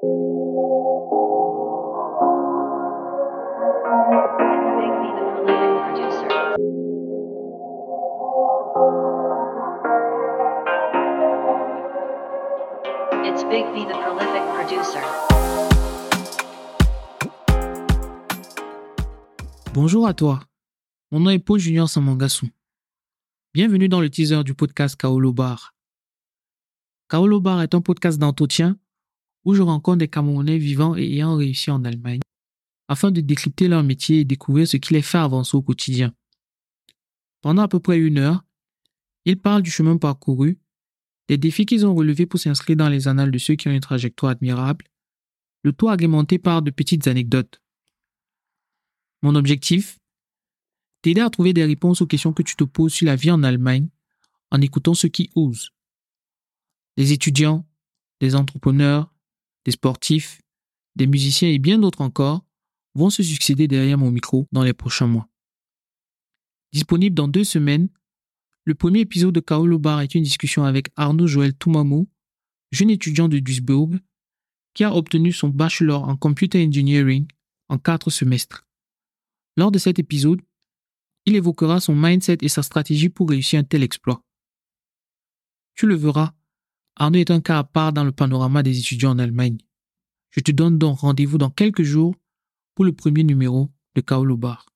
It's Big B, the prolific producer. Bonjour à toi, mon nom est Paul Junior Samangassou. Bienvenue dans le teaser du podcast Kaolo Bar. Kaolo Bar est un podcast d'entretien où je rencontre des Camerounais vivant et ayant réussi en Allemagne afin de décrypter leur métier et découvrir ce qui les fait avancer au quotidien. Pendant à peu près 1 heure, ils parlent du chemin parcouru, des défis qu'ils ont relevés pour s'inscrire dans les annales de ceux qui ont une trajectoire admirable, le tout agrémenté par de petites anecdotes. Mon objectif ? T'aider à trouver des réponses aux questions que tu te poses sur la vie en Allemagne en écoutant ceux qui osent. Des étudiants, des entrepreneurs, des sportifs, des musiciens et bien d'autres encore vont se succéder derrière mon micro dans les prochains mois. Disponible dans 2 semaines, le premier épisode de Kaolo Bar est une discussion avec Arnaud Joël Toumamou, jeune étudiant de Duisburg, qui a obtenu son bachelor en Computer Engineering en 4 semestres. Lors de cet épisode, il évoquera son mindset et sa stratégie pour réussir un tel exploit. Tu le verras, Arnaud est un cas à part dans le panorama des étudiants en Allemagne. Je te donne donc rendez-vous dans quelques jours pour le premier numéro de Kaolo Bar.